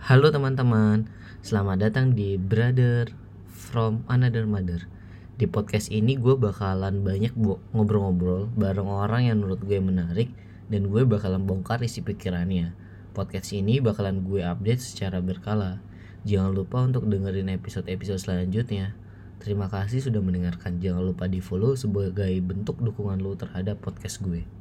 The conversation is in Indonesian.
Halo teman-teman, selamat datang di Brother from Another Mother. Di podcast ini gue bakalan banyak ngobrol-ngobrol bareng orang yang menurut gue menarik, dan gue bakalan bongkar isi pikirannya. Podcast ini bakalan gue update secara berkala. Jangan lupa untuk dengerin episode-episode selanjutnya. Terima kasih sudah mendengarkan. Jangan lupa di follow sebagai bentuk dukungan lo terhadap podcast gue.